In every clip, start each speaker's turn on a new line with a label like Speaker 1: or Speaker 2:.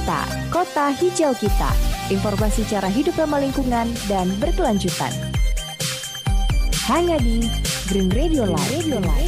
Speaker 1: Kita, Kota Hijau Kita. Informasi cara hidup ramah lingkungan dan berkelanjutan. Hanya di Green Radio Live.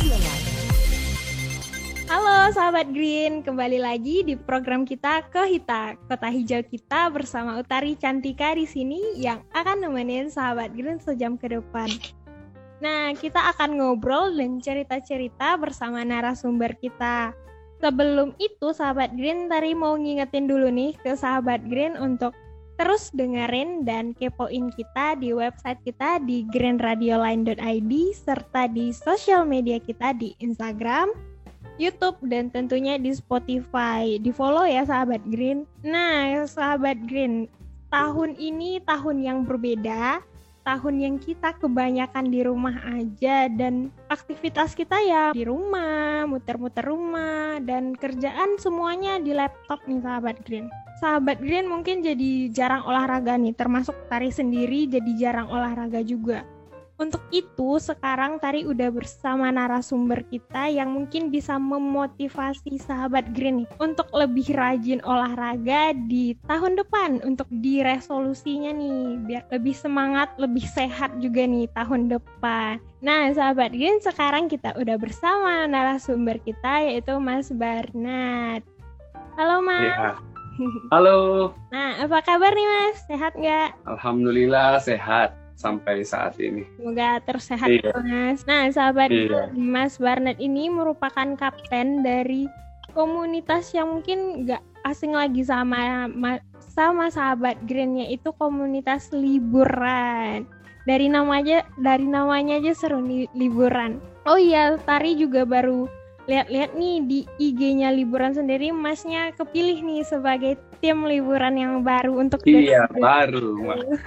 Speaker 2: Halo sahabat Green, kembali lagi di program kita Kita, Kota Hijau Kita bersama Utari Cantika di sini yang akan nemenin sahabat Green sejam ke depan. Nah, kita akan ngobrol dan cerita-cerita bersama narasumber kita. Sebelum itu, sahabat Green, tadi mau ngingetin dulu nih ke sahabat Green untuk terus dengerin dan kepoin kita di website kita di greenradioline.id serta di sosial media kita di Instagram, YouTube, dan tentunya di Spotify. Di follow ya sahabat Green. Nah, sahabat Green, tahun ini tahun yang berbeda. Tahun yang kita kebanyakan di rumah aja dan aktivitas kita ya di rumah, muter-muter rumah, dan kerjaan semuanya di laptop nih sahabat Green. Sahabat Green mungkin jadi jarang olahraga nih, termasuk Tari sendiri jadi jarang olahraga juga. Untuk itu sekarang Tari udah bersama narasumber kita yang mungkin bisa memotivasi sahabat Green nih untuk lebih rajin olahraga di tahun depan, untuk di resolusinya nih biar lebih semangat, lebih sehat juga nih tahun depan. Nah sahabat Green, sekarang kita udah bersama narasumber kita yaitu Mas Barnard. Halo Mas.
Speaker 3: Ya. Halo.
Speaker 2: Nah apa kabar nih Mas? Sehat nggak?
Speaker 3: Alhamdulillah sehat sampai saat ini.
Speaker 2: Semoga terus sehat Mas. Nah sahabat, Mas Barnard ini merupakan kapten dari komunitas yang mungkin nggak asing lagi sama sahabat Green, yaitu komunitas liburan. Dari namanya aja seru nih, liburan. Oh iya, Tari juga baru lihat-lihat nih di IG-nya liburan sendiri, Masnya kepilih nih sebagai tim liburan yang baru untuk
Speaker 3: baru.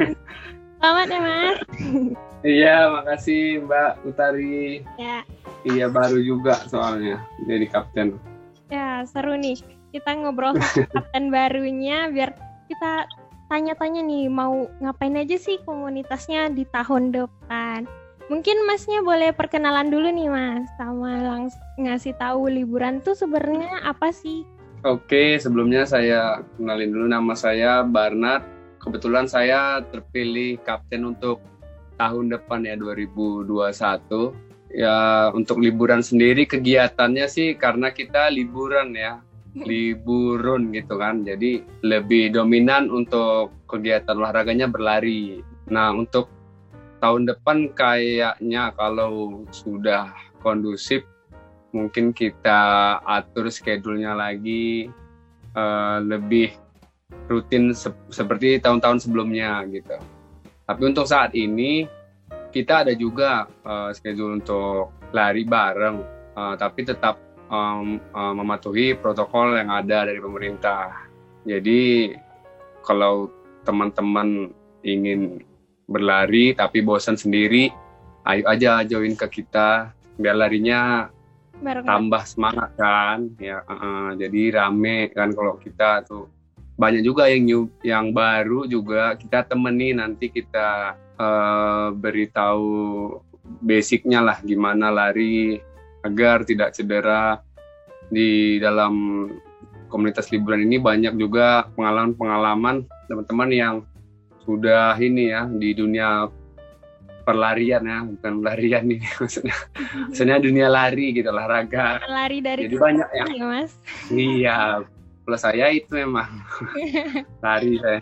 Speaker 2: Selamat ya Mas.
Speaker 3: Iya, makasih Mbak Utari.
Speaker 2: Ya.
Speaker 3: Iya, baru juga soalnya jadi kapten.
Speaker 2: Ya, seru nih. Kita ngobrol sama kapten barunya biar kita tanya-tanya nih mau ngapain aja sih komunitasnya di tahun depan. Mungkin Masnya boleh perkenalan dulu nih Mas, sama langsung ngasih tahu liburan tuh sebenarnya apa sih?
Speaker 3: Oke, sebelumnya saya kenalin dulu, nama saya Barnard. Kebetulan saya terpilih kapten untuk tahun depan ya 2021. Ya untuk liburan sendiri kegiatannya sih karena kita liburan ya, liburun gitu kan. Jadi lebih dominan untuk kegiatan olahraganya berlari. Nah untuk tahun depan kayaknya kalau sudah kondusif mungkin kita atur schedule-nya lagi lebih rutin seperti tahun-tahun sebelumnya gitu. Tapi untuk saat ini kita ada juga schedule untuk lari bareng, tapi tetap mematuhi protokol yang ada dari pemerintah. Jadi kalau teman-teman ingin berlari tapi bosan sendiri, ayo aja join ke kita biar larinya tambah semangat kan. Ya, jadi rame kan kalau kita tuh. Banyak juga yang baru juga kita temani, nanti kita beritahu basicnya lah gimana lari agar tidak cedera. Di dalam komunitas liburan ini banyak juga pengalaman-pengalaman teman-teman yang sudah ini ya di dunia perlarian ya, bukan pelarian nih maksudnya dunia lari gitu, olahraga.
Speaker 2: Lari dari
Speaker 3: jadi banyak ya
Speaker 2: Mas.
Speaker 3: Iya. Kalau saya itu memang lari saya.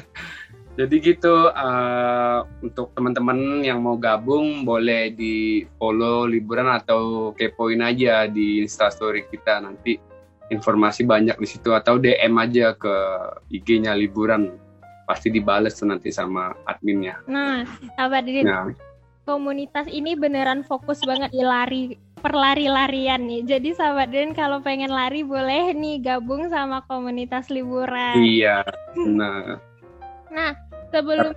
Speaker 3: Jadi gitu, untuk teman-teman yang mau gabung boleh di follow liburan atau kepoin aja di Instastory kita, nanti informasi banyak di situ, atau DM aja ke IG-nya liburan, pasti dibales tuh nanti sama adminnya.
Speaker 2: Nah, sahabat Green, komunitas ini beneran fokus banget di perlari-larian nih. Jadi sahabat Green kalau pengen lari boleh nih gabung sama komunitas liburan.
Speaker 3: Iya, benar.
Speaker 2: Nah, sebelumnya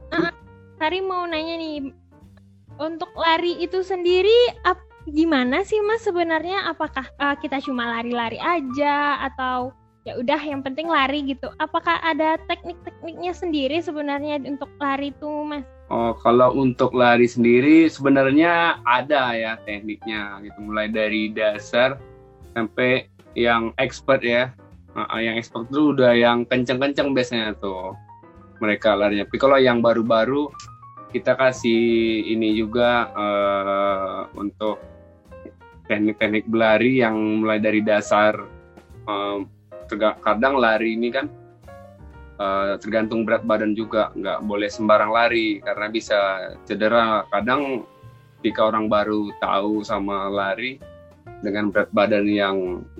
Speaker 2: Tari mau nanya nih, untuk lari itu sendiri gimana sih Mas sebenarnya? Apakah kita cuma lari-lari aja atau ya udah yang penting lari gitu? Apakah ada teknik-tekniknya sendiri sebenarnya untuk lari itu Mas?
Speaker 3: Oh, kalau untuk lari sendiri sebenarnya ada ya tekniknya gitu, mulai dari dasar sampai yang expert ya. Yang ekspor tuh udah yang kenceng-kenceng biasanya tuh mereka larinya. Tapi kalau yang baru-baru kita kasih ini juga untuk teknik-teknik berlari yang mulai dari dasar. Kadang lari ini kan tergantung berat badan juga, nggak boleh sembarang lari karena bisa cedera. Kadang jika orang baru tahu sama lari dengan berat badan yang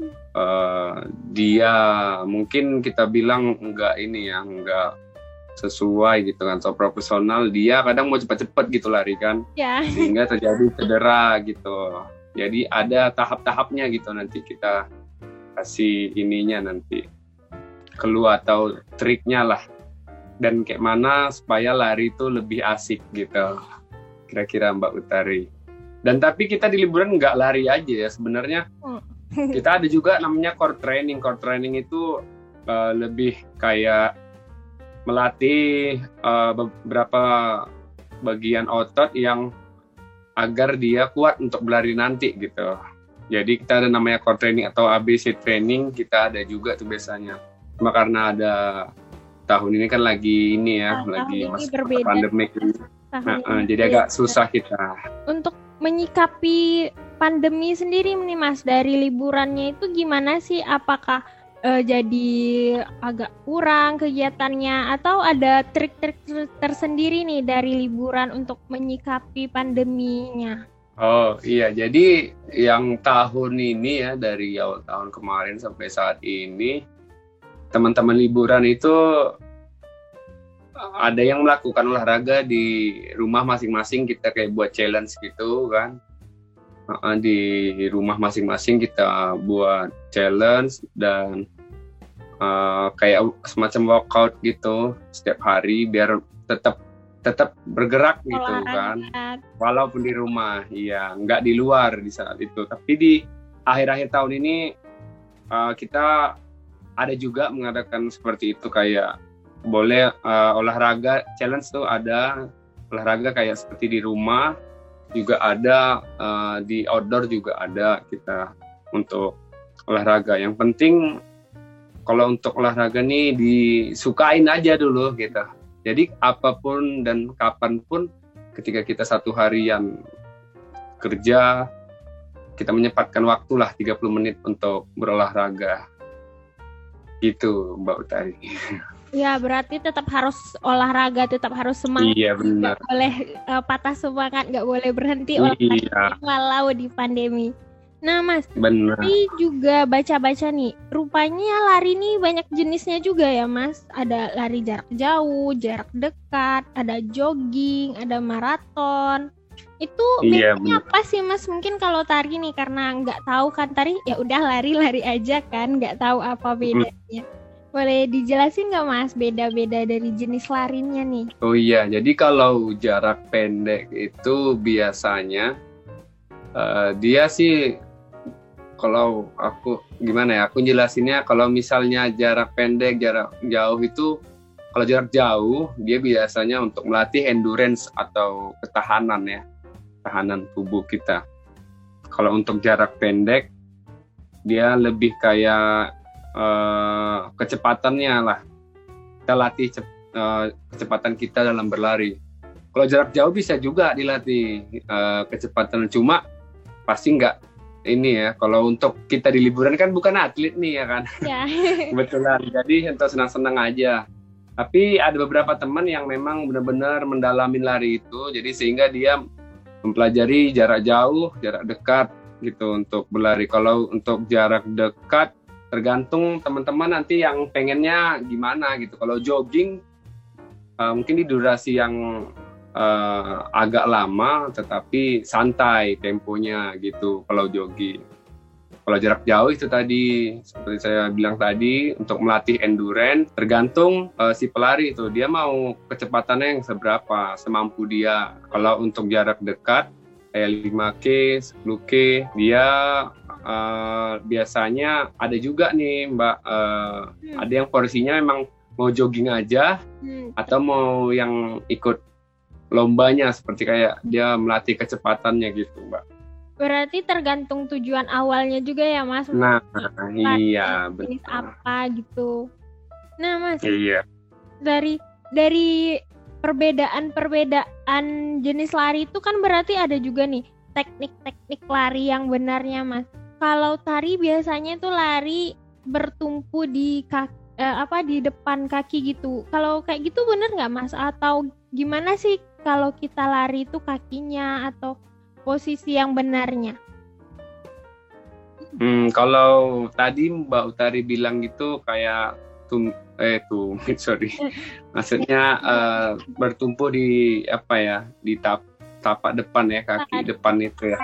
Speaker 3: dia mungkin kita bilang nggak sesuai gitu kan, so profesional, dia kadang mau cepat-cepat gitu lari kan, sehingga terjadi cedera gitu. Jadi ada tahap-tahapnya gitu, nanti kita kasih ininya nanti keluar atau triknya lah, dan kayak mana supaya lari itu lebih asik gitu kira-kira Mbak Utari. Dan tapi kita di liburan nggak lari aja ya sebenarnya. Kita ada juga namanya core training. Core training itu lebih kayak melatih beberapa bagian otot yang agar dia kuat untuk berlari nanti gitu. Jadi kita ada namanya core training atau ABC training, kita ada juga tuh biasanya. Cuma karena ada tahun ini kan lagi ini ya, lagi masa pandemik ini. Jadi agak susah kita.
Speaker 2: Untuk menyikapi pandemi sendiri nih Mas, dari liburannya itu gimana sih? Apakah jadi agak kurang kegiatannya atau ada trik-trik tersendiri nih dari liburan untuk menyikapi pandeminya?
Speaker 3: Oh iya, jadi yang tahun ini ya, dari awal tahun kemarin sampai saat ini, teman-teman liburan itu ada yang melakukan olahraga di rumah masing-masing. Kita kayak buat challenge gitu kan, di rumah masing-masing kita buat challenge dan kayak semacam workout gitu setiap hari biar tetap bergerak gitu olahraga kan, walaupun di rumah, iya, nggak di luar di saat itu. Tapi di akhir-akhir tahun ini kita ada juga mengadakan seperti itu, kayak boleh olahraga challenge tuh, ada olahraga kayak seperti di rumah juga ada, di outdoor juga ada kita untuk olahraga. Yang penting kalau untuk olahraga nih disukain aja dulu gitu. Jadi apapun dan kapanpun ketika kita satu harian kerja, kita menyempatkan waktu lah 30 menit untuk berolahraga. Gitu Mbak Utari.
Speaker 2: Ya berarti tetap harus olahraga, tetap harus semangat.
Speaker 3: Iya benar.
Speaker 2: Nggak boleh patah semangat, nggak boleh berhenti olahraga walau di pandemi. Nah Mas, tapi juga baca-baca nih, rupanya lari nih banyak jenisnya juga ya Mas. Ada lari jarak jauh, jarak dekat, ada jogging, ada maraton. Itu bedanya apa sih Mas? Mungkin kalau Tari nih karena nggak tahu kan Tari, ya udah lari-lari aja kan, nggak tahu apa bedanya. Boleh dijelasin nggak Mas beda-beda dari jenis larinya nih?
Speaker 3: Oh iya, jadi kalau jarak pendek itu biasanya dia sih, kalau aku gimana ya, aku jelasinnya, kalau misalnya jarak pendek, jarak jauh itu, kalau jarak jauh dia biasanya untuk melatih endurance atau ketahanan ya, ketahanan tubuh kita. Kalau untuk jarak pendek dia lebih kayak kecepatannya lah, kita latih kecepatan kita dalam berlari. Kalau jarak jauh bisa juga dilatih kecepatan, cuma pasti nggak ini ya, kalau untuk kita di liburan kan bukan atlet nih ya kan. Ya. Kebetulan, jadi untuk senang-senang aja. Tapi ada beberapa teman yang memang benar-benar mendalami lari itu, jadi sehingga dia mempelajari jarak jauh, jarak dekat gitu untuk berlari. Kalau untuk jarak dekat tergantung teman-teman nanti yang pengennya gimana gitu. Kalau jogging mungkin di durasi yang agak lama tetapi santai temponya gitu kalau jogging. Kalau jarak jauh itu tadi seperti saya bilang tadi, untuk melatih endurance tergantung si pelari itu dia mau kecepatannya yang seberapa, semampu dia. Kalau untuk jarak dekat kayak 5K, 10K dia biasanya ada juga nih Mbak, ada yang porsinya memang mau jogging aja atau mau yang ikut lombanya, seperti kayak dia melatih kecepatannya gitu Mbak.
Speaker 2: Berarti tergantung tujuan awalnya juga ya Mas.
Speaker 3: Nah,
Speaker 2: Lari
Speaker 3: iya
Speaker 2: jenis
Speaker 3: benar.
Speaker 2: apa gitu. Nah Mas,
Speaker 3: Iya.
Speaker 2: dari perbedaan jenis lari itu kan berarti ada juga nih teknik-teknik lari yang benarnya Mas. Kalau tari biasanya itu lari bertumpu di di depan kaki gitu. Kalau kayak gitu bener nggak Mas? Atau gimana sih kalau kita lari itu kakinya atau posisi yang benarnya?
Speaker 3: Kalau tadi Mbak Utari bilang gitu kayak sorry. Maksudnya bertumpu di apa ya? Di tapak depan ya, kaki depan itu ya.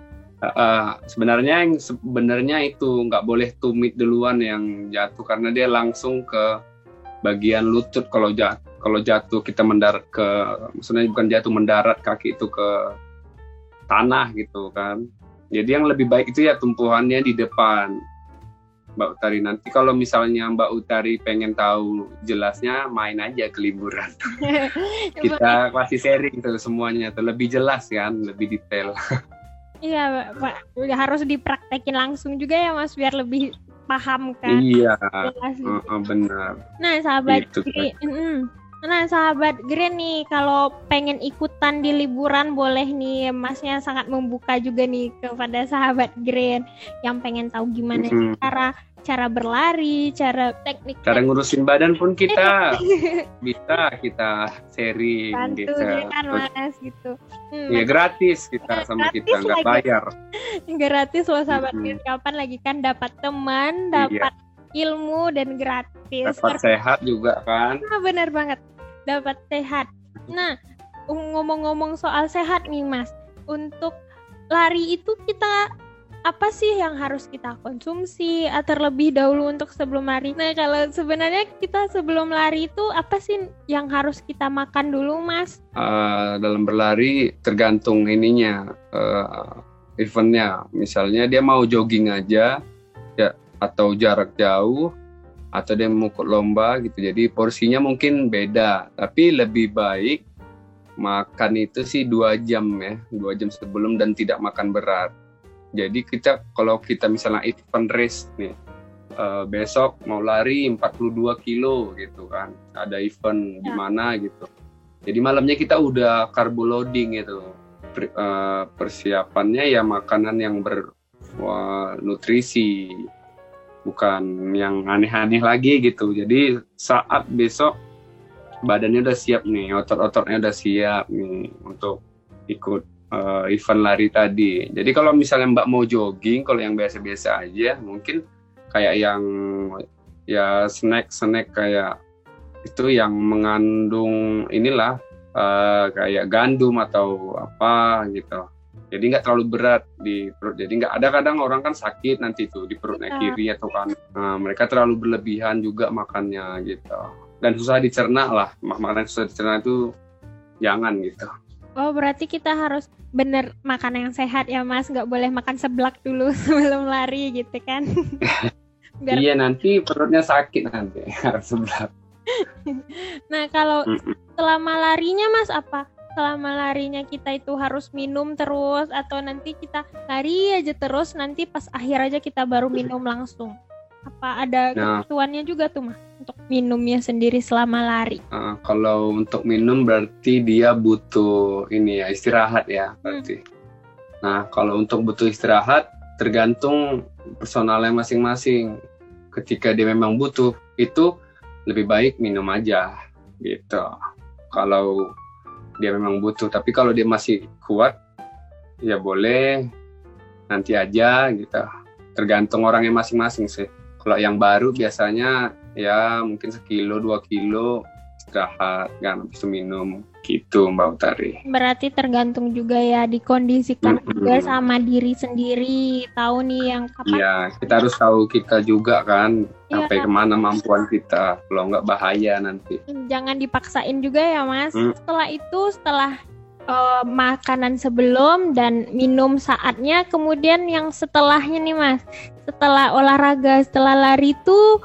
Speaker 3: Sebenarnya itu nggak boleh tumit duluan yang jatuh karena dia langsung ke bagian lutut. Kalau jatuh kita mendarat maksudnya bukan jatuh, mendarat kaki itu ke tanah gitu kan. Jadi yang lebih baik itu ya tumpuannya di depan, Mbak Utari. Nanti kalau misalnya Mbak Utari pengen tahu jelasnya, main aja ke liburan. Kita kasih sharing tuh semuanya tuh, lebih jelas kan, lebih detail.
Speaker 2: Iya Pak, harus dipraktekin langsung juga ya Mas biar lebih paham kan.
Speaker 3: Iya,
Speaker 2: Gitu.
Speaker 3: benar.
Speaker 2: Nah sahabat
Speaker 3: Gitu,
Speaker 2: Green, sahabat Green nih, kalau pengen ikutan di liburan boleh nih, Masnya sangat membuka juga nih kepada sahabat Green yang pengen tahu gimana sih cara berlari, teknik.
Speaker 3: Cara ngurusin badan pun kita bisa kita sharing
Speaker 2: bantu
Speaker 3: gitu.
Speaker 2: kan Mas gitu.
Speaker 3: Ya gratis kita sama
Speaker 2: gratis
Speaker 3: kita, nggak bayar.
Speaker 2: Gratis loh sahabat Green, kapan lagi kan dapat teman, dapat ilmu dan gratis.
Speaker 3: Dapat sehat juga kan.
Speaker 2: Nah, benar banget, dapat sehat. Nah, ngomong-ngomong soal sehat nih Mas, untuk lari itu kita apa sih yang harus kita konsumsi terlebih dahulu untuk sebelum lari? Nah, kalau sebenarnya kita sebelum lari itu apa sih yang harus kita makan dulu Mas?
Speaker 3: Dalam berlari tergantung eventnya. Misalnya dia mau jogging aja ya, atau jarak jauh, atau dia mau ikut lomba gitu. Jadi porsinya mungkin beda, tapi lebih baik makan itu sih 2 jam ya, 2 jam sebelum, dan tidak makan berat. Jadi kalau kita misalnya event race nih, besok mau lari 42 kilo gitu kan, ada event di mana gitu. Jadi malamnya kita udah carbo loading gitu. Persiapannya ya makanan yang bernutrisi, bukan yang aneh-aneh lagi gitu. Jadi saat besok badannya udah siap nih, otot-ototnya udah siap nih untuk ikut event lari tadi. Jadi kalau misalnya Mbak mau jogging, kalau yang biasa-biasa aja, mungkin kayak yang ya snack kayak itu yang mengandung kayak gandum atau apa gitu. Jadi nggak terlalu berat di perut. Jadi nggak ada, kadang orang kan sakit nanti tuh di perutnya kiri atau kanan. Nah, mereka terlalu berlebihan juga makannya gitu. Dan susah dicerna lah. Makanan susah dicerna itu jangan gitu.
Speaker 2: Oh, berarti kita harus bener makan yang sehat ya Mas, nggak boleh makan seblak dulu sebelum lari gitu kan.
Speaker 3: Iya, nanti perutnya sakit nanti harus seblak.
Speaker 2: Nah, kalau selama larinya Mas, apa? Selama larinya kita itu harus minum terus, atau nanti kita lari aja terus, nanti pas akhir aja kita baru minum langsung? Apa ada ketentuannya juga tuh Mas untuk minumnya sendiri selama lari?
Speaker 3: Kalau untuk minum berarti dia butuh istirahat ya berarti. Nah, kalau untuk butuh istirahat tergantung personalnya masing-masing. Ketika dia memang butuh, itu lebih baik minum aja gitu. Kalau dia memang butuh, tapi kalau dia masih kuat ya boleh nanti aja gitu. Tergantung orangnya masing-masing sih. Kalau yang baru biasanya ya mungkin 1-2 kilo istirahat kan, habis itu minum gitu Mbak Utari.
Speaker 2: Berarti tergantung juga ya, dikondisikan juga sama diri sendiri, tahu nih yang kapan.
Speaker 3: Iya, kita harus tahu kita juga kan sampai kemana mampuan kita, kalau nggak bahaya nanti.
Speaker 2: Jangan dipaksain juga ya Mas. Setelah makanan sebelum dan minum saatnya, kemudian yang setelahnya nih Mas, setelah olahraga, setelah lari itu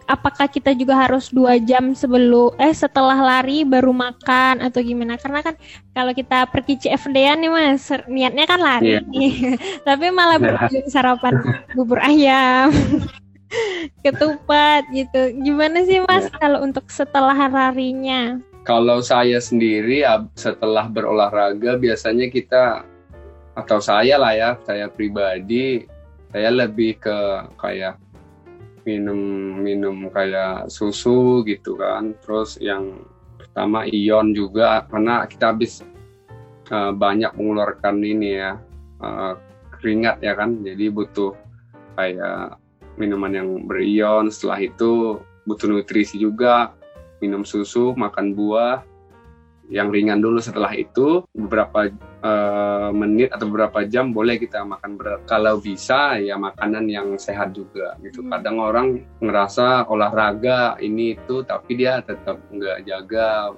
Speaker 2: apakah kita juga harus 2 jam setelah lari baru makan atau gimana? Karena kan kalau kita pergi CFD-an nih Mas, niatnya kan lari nih. Tapi malah berujung sarapan bubur ayam, ketupat gitu. Gimana sih Mas kalau untuk setelah larinya?
Speaker 3: Kalau saya sendiri setelah berolahraga biasanya atau saya lah ya, saya pribadi, saya lebih ke kayak minum kayak susu gitu kan. Terus yang pertama ion juga, karena kita habis banyak mengeluarkan ini ya, keringat ya kan, jadi butuh kayak minuman yang berion. Setelah itu butuh nutrisi juga, minum susu, makan buah yang ringan dulu. Setelah itu beberapa menit atau beberapa jam boleh kita makan berat. Kalau bisa ya makanan yang sehat juga gitu. Kadang orang ngerasa olahraga ini itu tapi dia tetap nggak jaga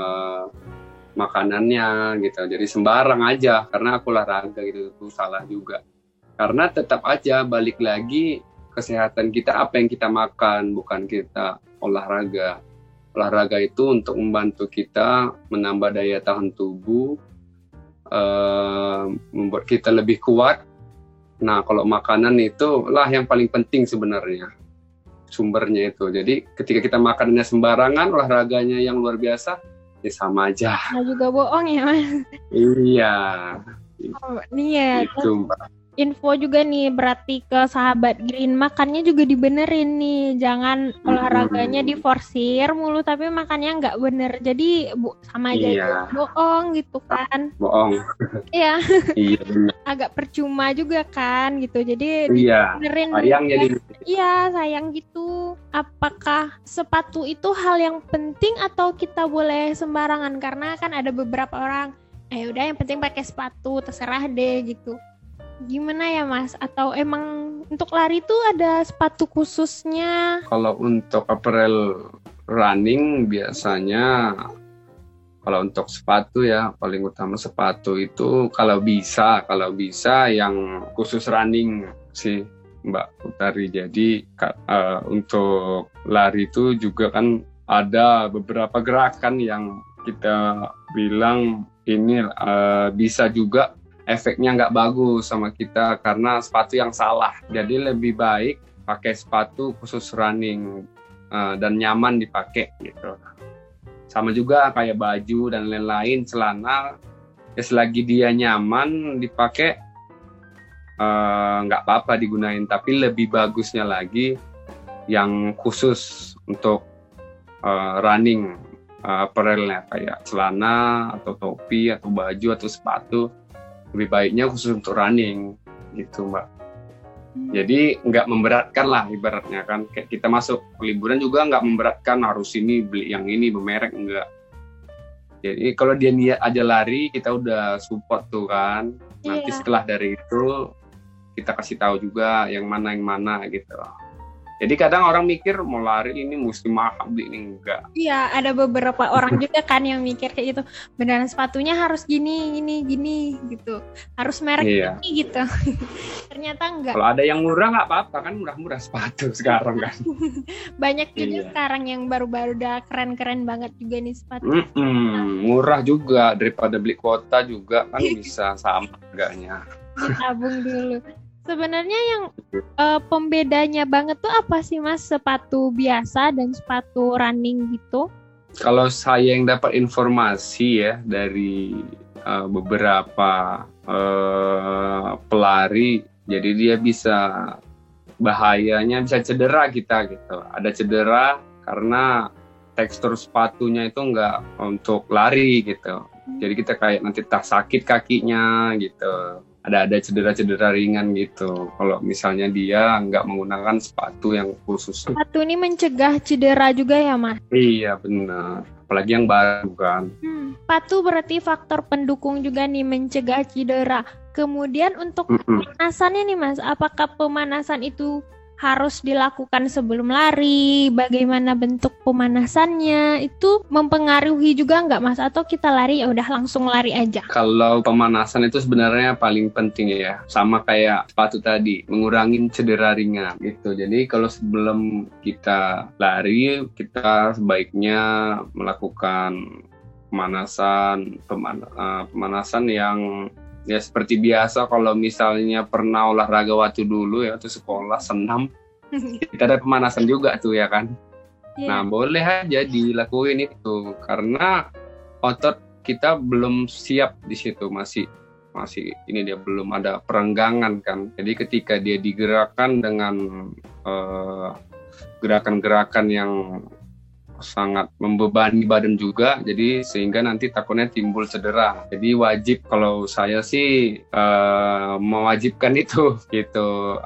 Speaker 3: makanannya gitu. Jadi sembarang aja karena aku olahraga gitu, itu salah juga. Karena tetap aja balik lagi kesehatan kita, apa yang kita makan, bukan kita olahraga. Olahraga itu untuk membantu kita menambah daya tahan tubuh, membuat kita lebih kuat. Nah, kalau makanan itu lah yang paling penting sebenarnya, sumbernya itu. Jadi ketika kita makanannya sembarangan, olahraganya yang luar biasa, ya sama aja.
Speaker 2: Nah juga bohong ya Mas.
Speaker 3: Iya.
Speaker 2: Nih ya.
Speaker 3: Itu Mbak.
Speaker 2: Info juga nih berarti ke sahabat Green, makannya juga dibenerin nih, jangan olahraganya diforsir mulu tapi makannya nggak bener, jadi sama aja bohong gitu kan.
Speaker 3: Bohong.
Speaker 2: Iya.
Speaker 3: Iya.
Speaker 2: Agak percuma juga kan gitu, jadi
Speaker 3: dibenerin. Sayang jadi.
Speaker 2: Iya sayang gitu. Apakah sepatu itu hal yang penting atau kita boleh sembarangan? Karena kan ada beberapa orang, udah yang penting pakai sepatu terserah deh gitu. Gimana ya Mas? Atau emang untuk lari tuh ada sepatu khususnya? Kalau
Speaker 3: untuk apparel running biasanya, kalau untuk sepatu ya paling utama sepatu itu kalau bisa yang khusus running sih Mbak Utari. Jadi untuk lari itu juga kan ada beberapa gerakan yang kita bilang ini bisa juga efeknya nggak bagus sama kita karena sepatu yang salah. Jadi lebih baik pakai sepatu khusus running dan nyaman dipakai gitu. Sama juga kayak baju dan lain-lain, celana, ya selagi dia nyaman dipakai nggak apa-apa digunain. Tapi lebih bagusnya lagi yang khusus untuk running, apparelnya kayak celana atau topi atau baju atau sepatu. Lebih baiknya khusus untuk running gitu Mbak. Jadi nggak memberatkan lah ibaratnya kan. Kayak kita masuk liburan juga nggak memberatkan harus ini beli yang ini bermerek, enggak. Jadi kalau dia niat aja lari kita udah support tuh kan. Nanti setelah dari itu kita kasih tahu juga yang mana gitu. Jadi kadang orang mikir mau lari ini mesti mahal beli, ini enggak. Iya, ada beberapa orang juga kan yang mikir kayak gitu. Beneran sepatunya harus gini gitu. Harus merek ini gitu. Ternyata enggak. Kalau ada yang murah nggak apa-apa kan, murah-murah sepatu sekarang kan. Banyak juga sekarang yang baru-baru udah keren-keren banget juga nih sepatu. Murah juga daripada beli kuota juga kan bisa sama harganya. Ditabung dulu. Sebenarnya yang pembedanya banget tuh apa sih Mas, sepatu biasa dan sepatu running gitu? Kalau saya yang dapat informasi ya dari beberapa pelari, jadi dia bahayanya bisa cedera kita gitu. Ada cedera karena tekstur sepatunya itu enggak untuk lari gitu. Jadi kita kayak nanti sakit kakinya gitu. Ada cedera-cedera ringan gitu kalau misalnya dia nggak menggunakan sepatu yang khusus. Sepatu ini mencegah cedera juga ya Mas? Iya benar, apalagi yang baru kan. Sepatu berarti faktor pendukung juga nih mencegah cedera. Kemudian untuk pemanasannya nih Mas, apakah pemanasan itu
Speaker 2: harus dilakukan sebelum lari, bagaimana bentuk pemanasannya, itu mempengaruhi juga nggak Mas? Atau kita lari ya udah langsung lari aja?
Speaker 3: Kalau pemanasan itu sebenarnya paling penting ya, sama kayak sepatu tadi, mengurangi cedera ringan gitu. Jadi kalau sebelum kita lari, kita sebaiknya melakukan pemanasan yang ya seperti biasa. Kalau misalnya pernah olahraga waktu dulu ya, waktu sekolah senam, kita ada pemanasan juga tuh ya kan. Nah, boleh aja dilakuin itu karena otot kita belum siap di situ, masih ini dia belum ada perenggangan kan. Jadi ketika dia digerakkan dengan gerakan-gerakan yang sangat membebani badan juga, jadi sehingga nanti takutnya timbul cedera. Jadi wajib, kalau saya sih mewajibkan itu gitu,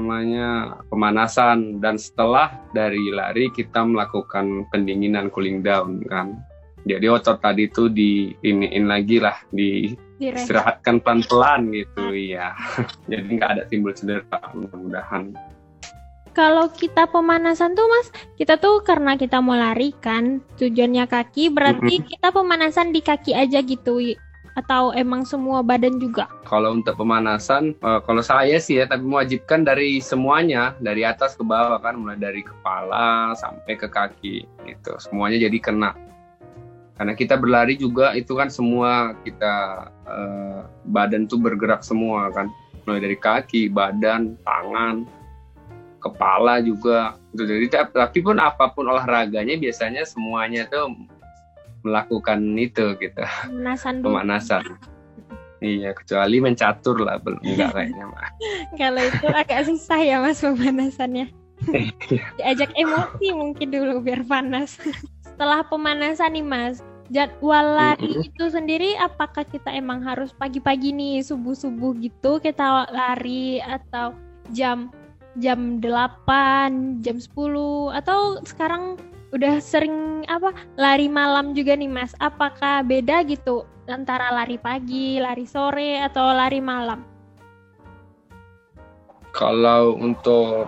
Speaker 3: pemanasan, dan setelah dari lari kita melakukan pendinginan, cooling down kan. Jadi otot tadi itu diiniin lagi lah, diistirahatkan pelan-pelan gitu ya. Jadi nggak ada timbul cedera, mudah-mudahan.
Speaker 2: Kalau kita pemanasan tuh Mas, kita tuh karena kita mau lari kan, tujuannya kaki, berarti kita pemanasan di kaki aja gitu, atau emang semua badan juga?
Speaker 3: Kalau untuk pemanasan, kalau saya sih ya, tapi mewajibkan dari semuanya, dari atas ke bawah kan, mulai dari kepala sampai ke kaki gitu, semuanya jadi kena. Karena kita berlari juga itu kan semua kita badan tuh bergerak semua kan, mulai dari kaki, badan, tangan, kepala juga. Jadi tapi pun apapun olahraganya biasanya semuanya tuh melakukan itu gitu. Pemanasan. Iya, kecuali mencatur lah, belum enggak kayaknya Mas.
Speaker 2: Kalau itu agak susah ya Mas pemanasannya. Diajak emosi mungkin dulu biar panas. Setelah pemanasan nih Mas, jadwal lari itu sendiri apakah kita emang harus pagi-pagi nih, subuh-subuh gitu kita lari, atau jam 8, jam 10, atau sekarang udah sering lari malam juga nih Mas? Apakah beda gitu antara lari pagi, lari sore, atau lari malam?
Speaker 3: Kalau untuk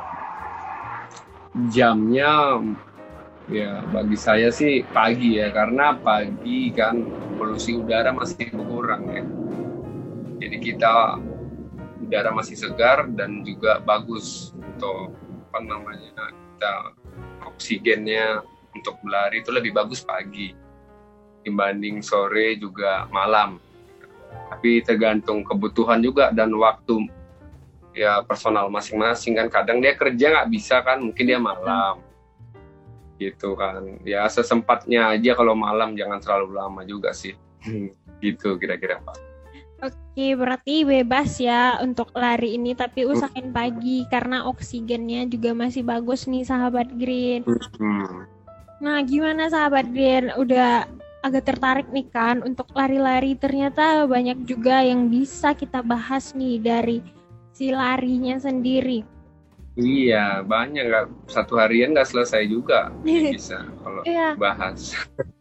Speaker 3: jamnya ya bagi saya sih pagi ya, karena pagi kan polusi udara masih berkurang ya. Jadi udara masih segar dan juga bagus untuk kita oksigennya untuk berlari itu lebih bagus pagi dibanding sore juga malam. Tapi tergantung kebutuhan juga dan waktu ya personal masing-masing kan. Kadang dia kerja nggak bisa kan, mungkin dia malam gitu kan. Ya sesempatnya aja kalau malam, jangan terlalu lama juga sih. Gitu kira-kira Pak.
Speaker 2: Oke, berarti bebas ya untuk lari ini, tapi usahain pagi karena oksigennya juga masih bagus nih sahabat Green. Nah, gimana sahabat Green? Udah agak tertarik nih kan untuk lari-lari? Ternyata banyak juga yang bisa kita bahas nih dari si larinya sendiri.
Speaker 3: Iya, banyak, nggak satu harian nggak selesai juga bisa kalau bahas.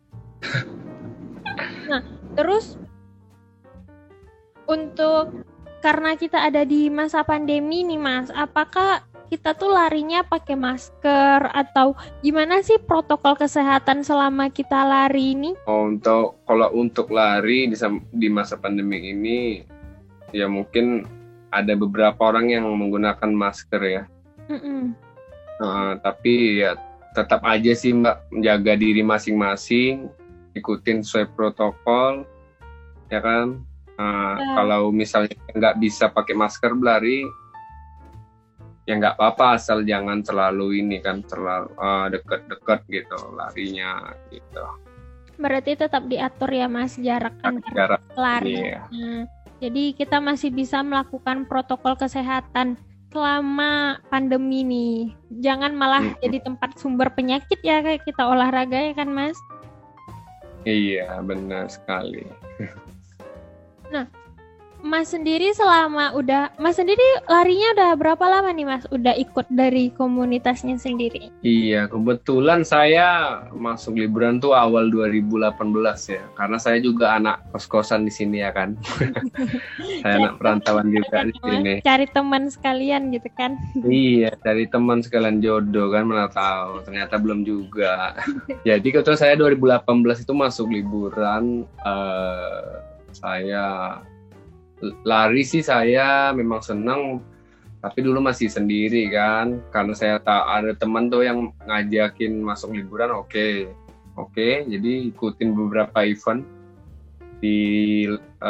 Speaker 2: Nah, terus untuk karena kita ada di masa pandemi nih Mas, apakah kita tuh larinya pakai masker atau gimana sih protokol kesehatan selama kita lari ini?
Speaker 3: Kalau untuk lari di masa pandemi ini ya mungkin ada beberapa orang yang menggunakan masker ya. Tapi ya tetap aja sih Mbak, menjaga diri masing-masing, ikutin sesuai protokol ya kan. Kalau misalnya nggak bisa pakai masker berlari ya nggak apa-apa, asal jangan terlalu deket-deket gitu larinya gitu.
Speaker 2: Berarti tetap diatur ya Mas jarak antar lari.
Speaker 3: Iya.
Speaker 2: Jadi kita masih bisa melakukan protokol kesehatan selama pandemi nih. Jangan malah jadi tempat sumber penyakit ya kayak kita olahraga ya kan Mas?
Speaker 3: Iya, benar sekali.
Speaker 2: Nah, Mas sendiri Mas sendiri larinya udah berapa lama nih Mas? Udah ikut dari komunitasnya sendiri?
Speaker 3: Iya, kebetulan saya masuk liburan tuh awal 2018 ya. Karena saya juga anak kos-kosan di sini ya kan. Saya anak perantauan juga di sini.
Speaker 2: Cari teman sekalian gitu kan?
Speaker 3: Iya, cari teman sekalian jodoh kan, mana tahu. Ternyata belum juga. Jadi kebetulan saya 2018 itu masuk liburan. Saya lari sih, saya memang senang, tapi dulu masih sendiri kan, karena saya tak ada teman tuh yang ngajakin masuk liburan. Oke, jadi ikutin beberapa event di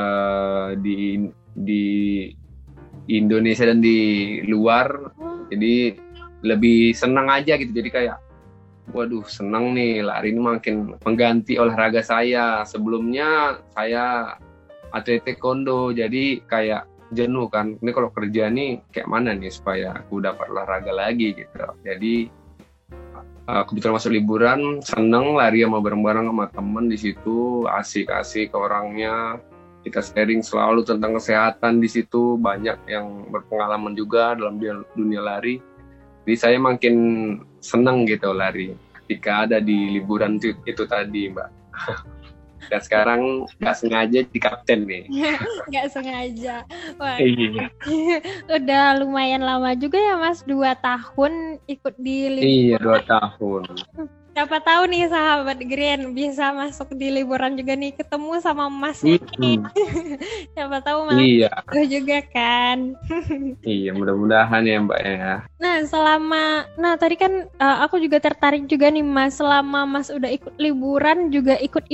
Speaker 3: Indonesia dan di luar. Jadi lebih senang aja gitu, jadi kayak waduh senang nih, lari ini makin mengganti olahraga saya. Sebelumnya saya atlet taekwondo, jadi kayak jenuh kan. Ini kalau kerja nih kayak mana nih supaya aku dapat olahraga lagi gitu. Jadi kebetulan masuk liburan, seneng lari sama bareng-bareng sama temen di situ, asik-asik orangnya. Kita sharing selalu tentang kesehatan di situ, banyak yang berpengalaman juga dalam dunia lari. Jadi saya makin seneng gitu lari ketika ada di liburan itu tadi, Mbak. Dan sekarang nggak sengaja di kapten nih.
Speaker 2: Nggak sengaja. Wah,
Speaker 3: Iya.
Speaker 2: udah lumayan lama juga ya Mas, 2 tahun ikut di
Speaker 3: Iya,
Speaker 2: liburan.
Speaker 3: 2 tahun.
Speaker 2: Siapa tahu nih sahabat Green bisa masuk di liburan juga nih, ketemu sama Masnya nih. Siapa tahu Mas
Speaker 3: Iya.
Speaker 2: juga kan.
Speaker 3: Iya, mudah-mudahan ya Mbak ya.
Speaker 2: Nah tadi kan aku juga tertarik juga nih Mas, selama Mas udah ikut liburan juga ikut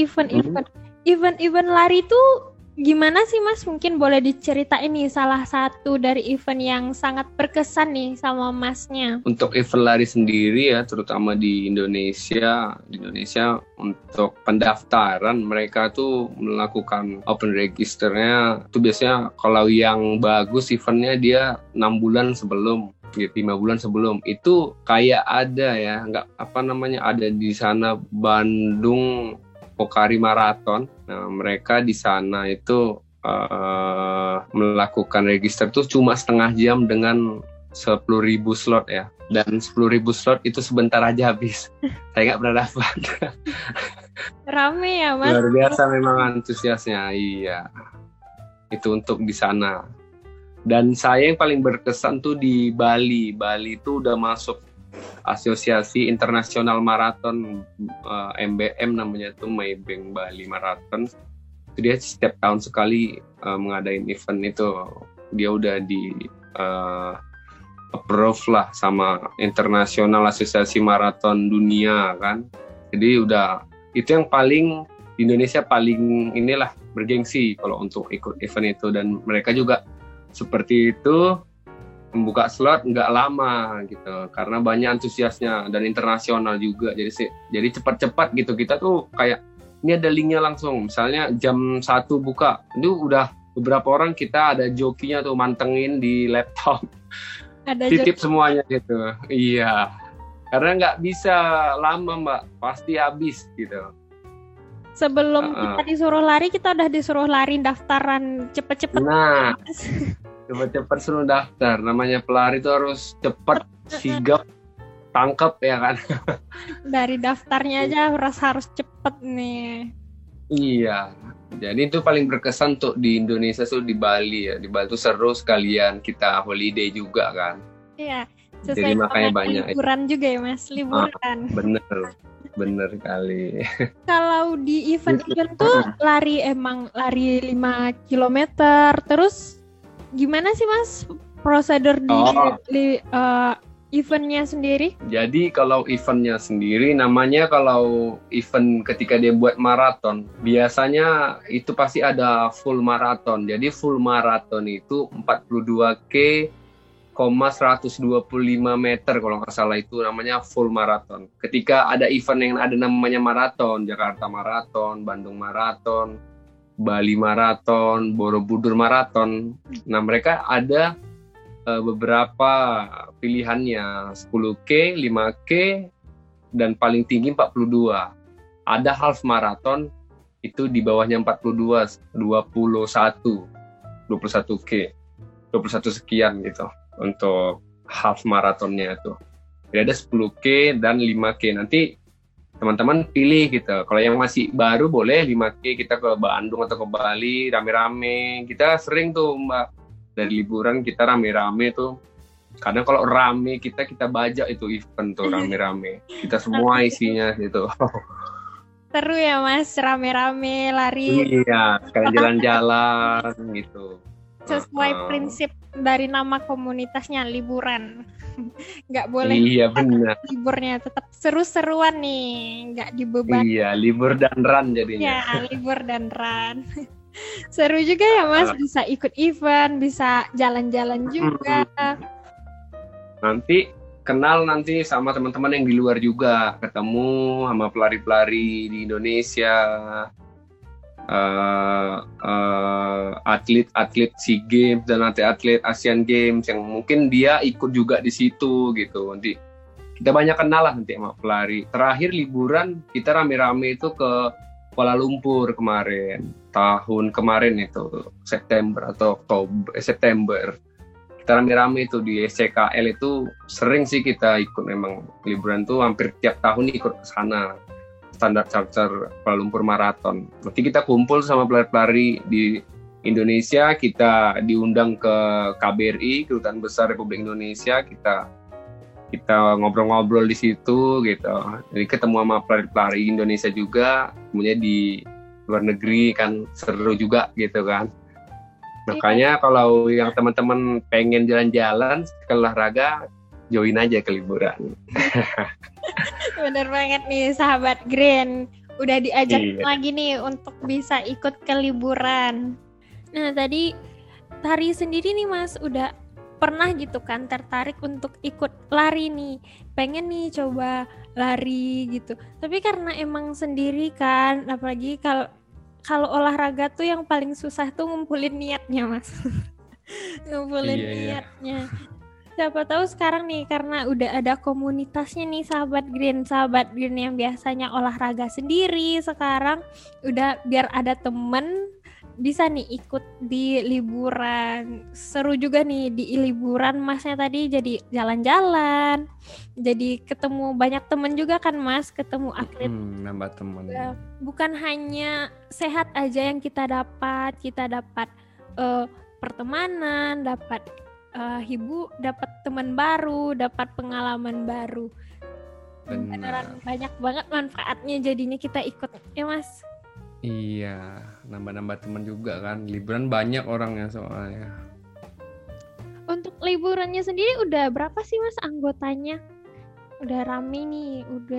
Speaker 2: event lari tuh gimana sih Mas? Mungkin boleh diceritain nih salah satu dari event yang sangat berkesan nih sama Masnya.
Speaker 3: Untuk event lari sendiri ya, terutama di Indonesia untuk pendaftaran mereka tuh melakukan open registernya. Itu biasanya kalau yang bagus eventnya dia 6 bulan sebelum, 5 bulan sebelum. Itu kayak ada ya, ada di sana Bandung Pokari Marathon. Nah, mereka di sana itu melakukan register tuh cuma setengah jam dengan 10.000 slot ya. Dan 10.000 slot itu sebentar aja habis. Saya nggak pernah dapat.
Speaker 2: Rame ya Mas?
Speaker 3: Luar biasa memang antusiasnya. Iya. Itu untuk di sana. Dan saya yang paling berkesan tuh di Bali. Bali itu udah masuk Asosiasi Internasional Maraton, MBM namanya tuh, Maybank Bali Marathon. Itu dia setiap tahun sekali mengadain event itu. Dia udah di approve lah sama Internasional Asosiasi Maraton Dunia kan. Jadi udah itu yang paling di Indonesia paling inilah bergengsi kalau untuk ikut event itu. Dan mereka juga seperti itu membuka slot nggak lama gitu, karena banyak antusiasnya dan internasional juga. Jadi cepat-cepat gitu, kita tuh kayak ini ada linknya langsung, misalnya jam 1 buka, itu udah beberapa orang kita ada jokinya tuh mantengin di laptop, titip semuanya gitu. Iya, karena nggak bisa lama Mbak, pasti habis gitu.
Speaker 2: Sebelum kita disuruh lari, kita udah disuruh lari daftaran cepet-cepet.
Speaker 3: Nah, cepet-cepet suruh daftar. Namanya pelari itu harus cepet, sigap, tangkep ya kan.
Speaker 2: Dari daftarnya aja harus cepet nih.
Speaker 3: Iya. Jadi itu paling berkesan tuh di Indonesia tuh di Bali ya. Di Bali tuh seru sekalian, kita holiday juga kan.
Speaker 2: Iya.
Speaker 3: Jadi makanya banyak
Speaker 2: liburan juga ya Mas, liburan.
Speaker 3: Bener kali.
Speaker 2: Kalau di event-event tuh lari 5 km, terus gimana sih Mas prosedur di eventnya sendiri?
Speaker 3: Jadi kalau eventnya sendiri namanya, kalau event ketika dia buat maraton, biasanya itu pasti ada full maraton. Jadi full maraton itu 42,125 meter kalau nggak salah, itu namanya full maraton. Ketika ada event yang ada namanya maraton, Jakarta Maraton, Bandung Maraton, Bali Maraton, Borobudur Maraton. Nah, mereka ada beberapa pilihannya, 10K, 5K, dan paling tinggi 42. Ada half maraton, itu di bawahnya 42, 21. 21K, 21 sekian gitu untuk half maratonnya itu. Jadi ada 10K dan 5K. Nanti teman-teman pilih gitu. Kalau yang masih baru boleh 5K, kita ke Bandung atau ke Bali rame-rame. Kita sering tuh Mbak, dari liburan kita rame-rame tuh. Kadang kalau rame kita bajak itu event tuh rame-rame. Kita semua isinya gitu.
Speaker 2: Seru ya Mas, rame-rame lari.
Speaker 3: Iya, sekalian jalan-jalan gitu.
Speaker 2: Sesuai prinsip dari nama komunitasnya, liburan. Nggak boleh
Speaker 3: Iya benar.
Speaker 2: liburnya tetap seru-seruan nih, nggak dibebani.
Speaker 3: Iya, libur dan run jadinya.
Speaker 2: Ya, libur dan run. Seru juga ya Mas, bisa ikut event, bisa jalan-jalan juga.
Speaker 3: Nanti kenal nanti sama teman-teman yang di luar juga, ketemu sama pelari-pelari di Indonesia, atlet-atlet SEA Games dan atlet Asian Games yang mungkin dia ikut juga di situ gitu. Nanti kita banyak kenal lah nanti sama pelari. Terakhir liburan kita rame-rame itu ke Kuala Lumpur tahun kemarin itu September atau September. Kita rame-rame itu di SCKL itu sering sih kita ikut, memang liburan tuh hampir tiap tahun ikut ke sana. Standar Charter Kuala Lumpur Marathon. Nanti kita kumpul sama pelari-pelari di Indonesia, kita diundang ke KBRI, Kedutaan Besar Republik Indonesia, kita ngobrol-ngobrol di situ gitu. Jadi ketemu sama pelari-pelari Indonesia juga, kemudian di luar negeri kan seru juga gitu kan. Makanya kalau yang teman-teman pengen jalan-jalan ke olahraga, join aja ke liburan.
Speaker 2: Bener banget nih sahabat Green, udah diajak lagi nih untuk bisa ikut ke liburan. Nah tadi Tari sendiri nih Mas, udah pernah gitu kan tertarik untuk ikut lari nih, pengen nih coba lari gitu. Tapi karena emang sendiri kan, apalagi kalau olahraga tuh yang paling susah tuh ngumpulin niatnya Mas. Ngumpulin niatnya. Siapa tahu sekarang nih karena udah ada komunitasnya nih sahabat Green yang biasanya olahraga sendiri, sekarang udah biar ada temen bisa nih ikut di liburan. Seru juga nih di liburan Masnya tadi jadi jalan-jalan, jadi ketemu banyak temen juga kan Mas, ketemu atlet.
Speaker 3: Nambah temen.
Speaker 2: Bukan hanya sehat aja yang kita dapat pertemanan, dapat dapat teman baru, dapat pengalaman baru. Beneran banyak banget manfaatnya jadinya kita ikut ya Mas.
Speaker 3: Iya, nambah-nambah teman juga kan. Liburan banyak orangnya soalnya.
Speaker 2: Untuk liburannya sendiri udah berapa sih Mas anggotanya? Udah rame nih,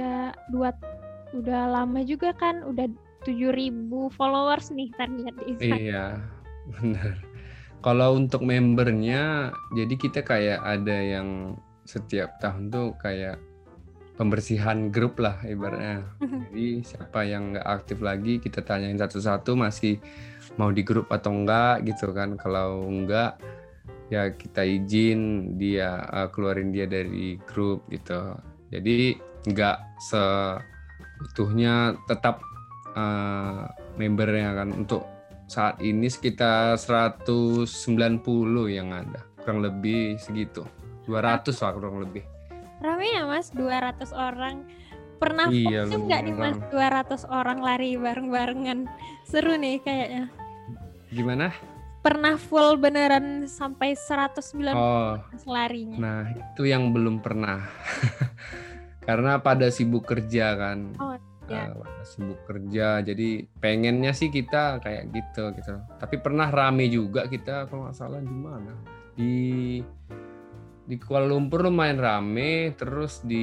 Speaker 2: udah lama juga kan, udah 7.000 followers nih tadi lihat di Instagram.
Speaker 3: Iya, benar. Kalau untuk membernya, jadi kita kayak ada yang setiap tahun tuh kayak pembersihan grup lah ibaratnya. Jadi siapa yang nggak aktif lagi kita tanyain satu-satu masih mau di grup atau enggak gitu kan. Kalau enggak ya kita izin dia keluarin dia dari grup gitu. Jadi nggak seutuhnya tetap membernya kan. Untuk saat ini sekitar 190 yang ada, kurang lebih segitu, 200 lah kurang lebih.
Speaker 2: Rame ya Mas, 200 orang. Pernah full nggak nih Mas 200 orang lari bareng-barengan? Seru nih kayaknya.
Speaker 3: Gimana?
Speaker 2: Pernah full beneran sampai 190 larinya?
Speaker 3: Nah itu yang belum pernah. Karena pada sibuk kerja kan. Sibuk kerja, jadi pengennya sih kita kayak gitu. Tapi pernah rame juga kita, kalau nggak salah di mana, di Kuala Lumpur lumayan rame, terus di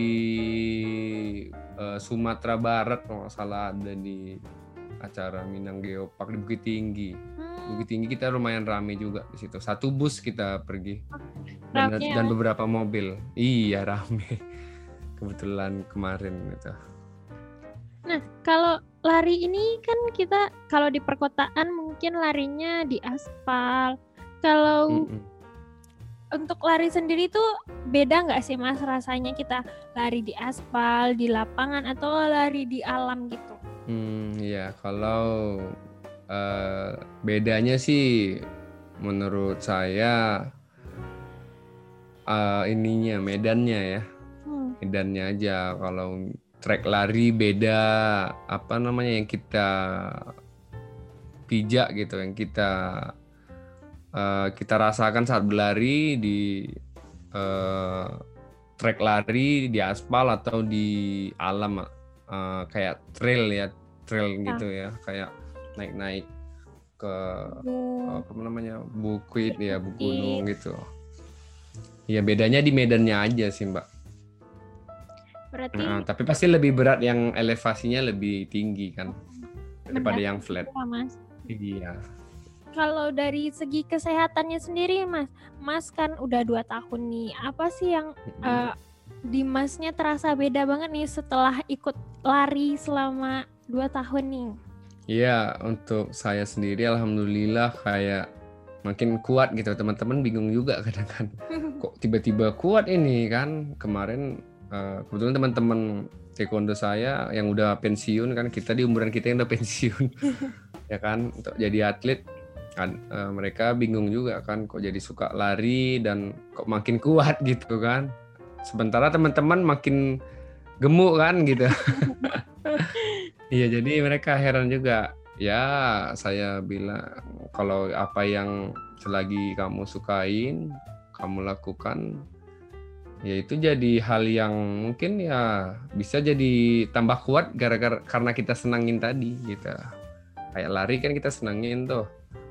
Speaker 3: Sumatera Barat kalau nggak salah ada di acara Minang Geopark di Bukit Tinggi. Bukit Tinggi kita lumayan rame juga di situ. Satu bus kita pergi dan beberapa mobil. Iya rame. Kebetulan kemarin gitu.
Speaker 2: Nah, kalau lari ini kan kita kalau di perkotaan mungkin larinya di aspal. Kalau untuk lari sendiri tuh beda nggak sih Mas rasanya kita lari di aspal, di lapangan atau lari di alam gitu?
Speaker 3: Ya kalau bedanya sih menurut saya ininya medannya ya. Medannya aja. Kalau trek lari beda apa namanya yang kita pijak gitu, yang kita rasakan saat berlari di trek lari di aspal atau di alam, kayak trail gitu ya, kayak naik ke apa namanya bukit ya, gunung gitu. Ya bedanya di medannya aja sih Mbak.
Speaker 2: Berarti
Speaker 3: Tapi pasti lebih berat yang elevasinya lebih tinggi kan daripada yang flat.
Speaker 2: ya, Mas.
Speaker 3: Iya.
Speaker 2: Kalau dari segi kesehatannya sendiri Mas kan udah 2 tahun nih. Apa sih yang di Masnya terasa beda banget nih setelah ikut lari selama 2 tahun nih?
Speaker 3: Iya, untuk saya sendiri alhamdulillah kayak makin kuat gitu. Teman-teman bingung juga kadang kan. Kok tiba-tiba kuat ini kan. Kemarin kebetulan teman-teman taekwondo saya yang udah pensiun kan, kita di umuran kita yang udah pensiun. Ya kan, untuk jadi atlet kan, mereka bingung juga kan kok jadi suka lari dan kok makin kuat gitu kan. Sementara teman-teman makin gemuk kan gitu. Iya, jadi mereka heran juga. Ya, saya bilang kalau apa yang selagi kamu sukain, kamu lakukan, ya itu jadi hal yang mungkin ya bisa jadi tambah kuat karena kita senangin tadi gitu. Kayak lari kan kita senangin tuh.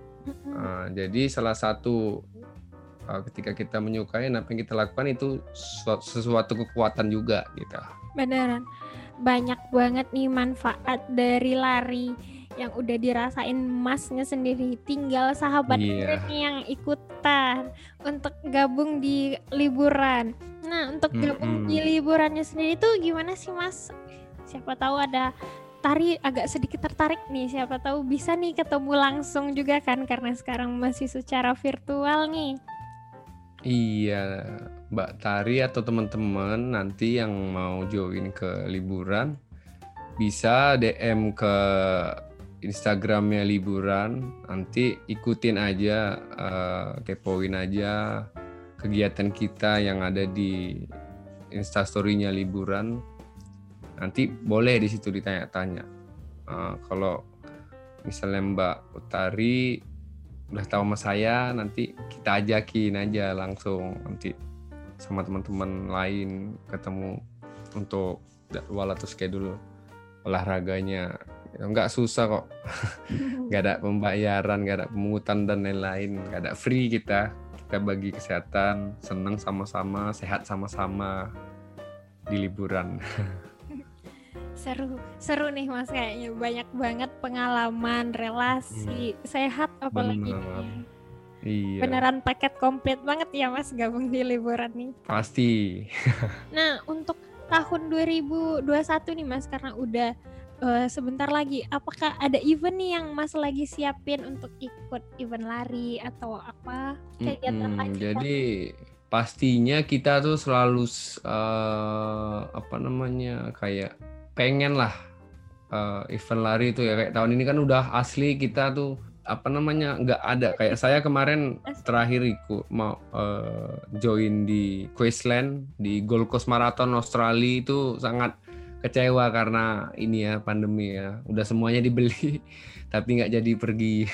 Speaker 3: Jadi salah satu ketika kita menyukai apa yang kita lakukan itu sesuatu kekuatan juga gitu.
Speaker 2: Beneran. Banyak banget nih manfaat dari lari yang udah dirasain Masnya sendiri. Tinggal sahabat nih yang ikutan untuk gabung di liburan. Nah, untuk gabung di liburannya sendiri tuh gimana sih Mas? Siapa tahu ada agak sedikit tertarik nih, siapa tahu bisa nih ketemu langsung juga kan, karena sekarang masih secara virtual nih.
Speaker 3: Iya, Mbak Tari atau teman-teman nanti yang mau join ke liburan bisa DM ke Instagramnya liburan, nanti ikutin aja, kepoin aja kegiatan kita yang ada di Instastory-nya liburan. Nanti boleh di situ ditanya-tanya. Kalau misalnya Mbak Utari udah tahu sama saya, nanti kita ajakin aja langsung nanti sama teman-teman lain ketemu untuk jadwal atau schedule olahraganya. Nggak susah kok. Nggak ada pembayaran, nggak ada pemungutan dan lain-lain, nggak ada, free kita bagi kesehatan, senang sama-sama, sehat sama-sama di liburan.
Speaker 2: Seru nih Mas, kayaknya banyak banget pengalaman, relasi, sehat apalagi.
Speaker 3: Iya.
Speaker 2: Beneran paket komplit banget ya Mas gabung di liburan nih.
Speaker 3: Pasti.
Speaker 2: Nah, untuk tahun 2021 nih Mas, karena udah sebentar lagi, apakah ada event nih yang Mas lagi siapin untuk ikut event lari atau apa kegiatan lagi?
Speaker 3: Jadi pastinya kita tuh selalu kayak pengen lah event lari itu ya, kayak tahun ini kan udah asli kita tuh nggak ada. Kayak saya kemarin terakhir ikut mau join di Queensland di Gold Coast Marathon Australia, itu sangat kecewa karena ini ya, pandemi ya, udah semuanya dibeli tapi nggak jadi pergi.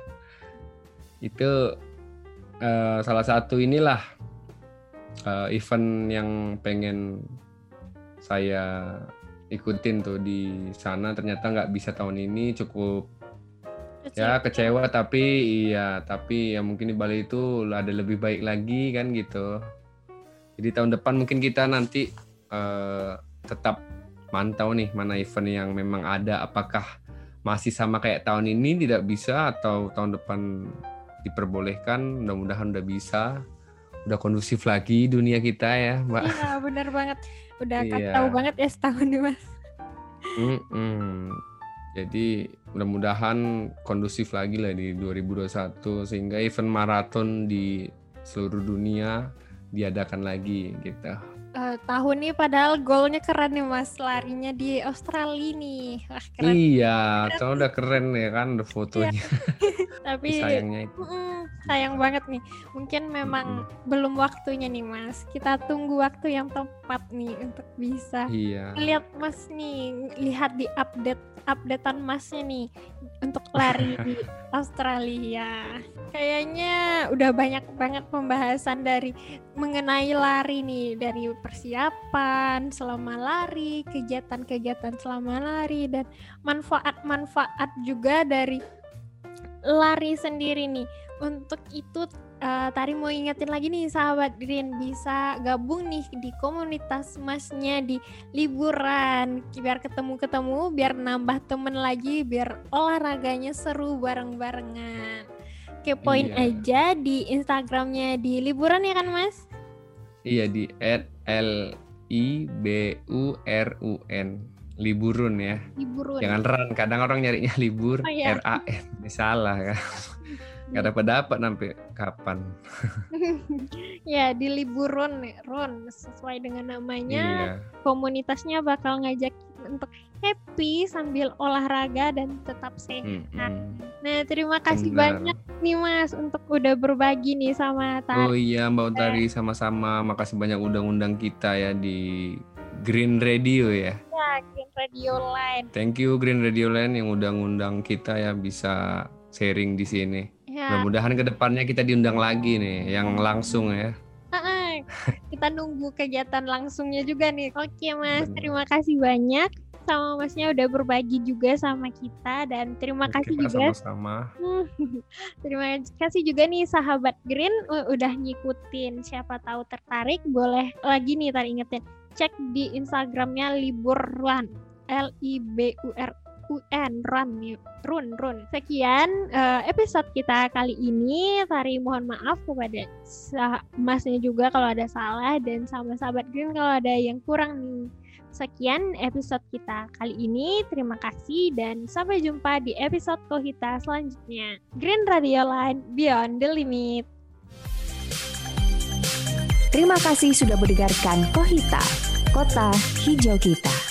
Speaker 3: Itu salah satu inilah event yang pengen saya ikutin tuh di sana. Ternyata nggak bisa tahun ini, cukup ya kecewa, tapi ya mungkin di Bali itu ada lebih baik lagi kan gitu. Jadi tahun depan mungkin kita nanti tetap mantau nih mana event yang memang ada, apakah masih sama kayak tahun ini tidak bisa atau tahun depan diperbolehkan. Mudah-mudahan udah bisa, udah kondusif lagi dunia kita ya Mbak.
Speaker 2: Iya benar banget, udah kacau banget ya setahun nih Mas.
Speaker 3: Jadi mudah-mudahan kondusif lagi lah di 2021 sehingga event maraton di seluruh dunia diadakan lagi gitu.
Speaker 2: tahun nih padahal goalnya keren nih Mas, larinya di Australia nih. Wah, keren.
Speaker 3: Iya, kan udah keren ya kan, udah fotonya.
Speaker 2: Tapi
Speaker 3: Sayangnya itu.
Speaker 2: sayang banget nih. Mungkin memang belum waktunya nih Mas. Kita tunggu waktu yang tepat nih untuk bisa lihat Mas nih, lihat di updatean Masnya nih untuk lari di Australia. Kayaknya udah banyak banget pembahasan dari mengenai lari nih, dari persiapan selama lari, kegiatan-kegiatan selama lari, dan manfaat-manfaat juga dari lari sendiri nih. Untuk itu Tari mau ingetin lagi nih sahabat Green, bisa gabung nih di komunitas Masnya di liburan, biar ketemu-ketemu, biar nambah temen lagi, biar olahraganya seru bareng-barengan. Kepoin aja di Instagramnya di liburan ya kan Mas?
Speaker 3: Iya, di @liburun. Liburun ya.
Speaker 2: Liburun.
Speaker 3: Jangan run, kadang orang nyarinya libur, RAN. Salah kan. Gak dapat sampai kapan.
Speaker 2: Ya, di liburun, Ron, sesuai dengan namanya. Komunitasnya bakal ngajak untuk happy sambil olahraga dan tetap sehat. Nah, terima kasih banyak nih Mas untuk udah berbagi nih sama Tari.
Speaker 3: Oh iya Mbak Utari, sama-sama. Makasih banyak undang-undang kita ya di Green Radio ya.
Speaker 2: Ya, Green Radio Line.
Speaker 3: Thank you Green Radio Line yang undang-undang kita ya bisa sharing di sini. Ya. Mudah-mudahan kedepannya kita diundang lagi nih, yang langsung ya.
Speaker 2: Kita nunggu kegiatan langsungnya juga nih. Oke Mas, terima kasih banyak sama Masnya udah berbagi juga sama kita, dan terima kasih juga.
Speaker 3: Sama-sama.
Speaker 2: Terima kasih juga nih sahabat Green udah ngikutin. Siapa tahu tertarik, boleh lagi nih Tari ingetin, cek di Instagramnya liburun, LIBURUN, run. Sekian episode kita kali ini. Tari mohon maaf kepada Masnya juga kalau ada salah, dan sama sahabat Green kalau ada yang kurang nih. Sekian episode kita kali ini. Terima kasih dan sampai jumpa di episode Kohita selanjutnya. Green Radio Line, Beyond the Limit.
Speaker 1: Terima kasih sudah mendengarkan Kohita, Kota Hijau Kita.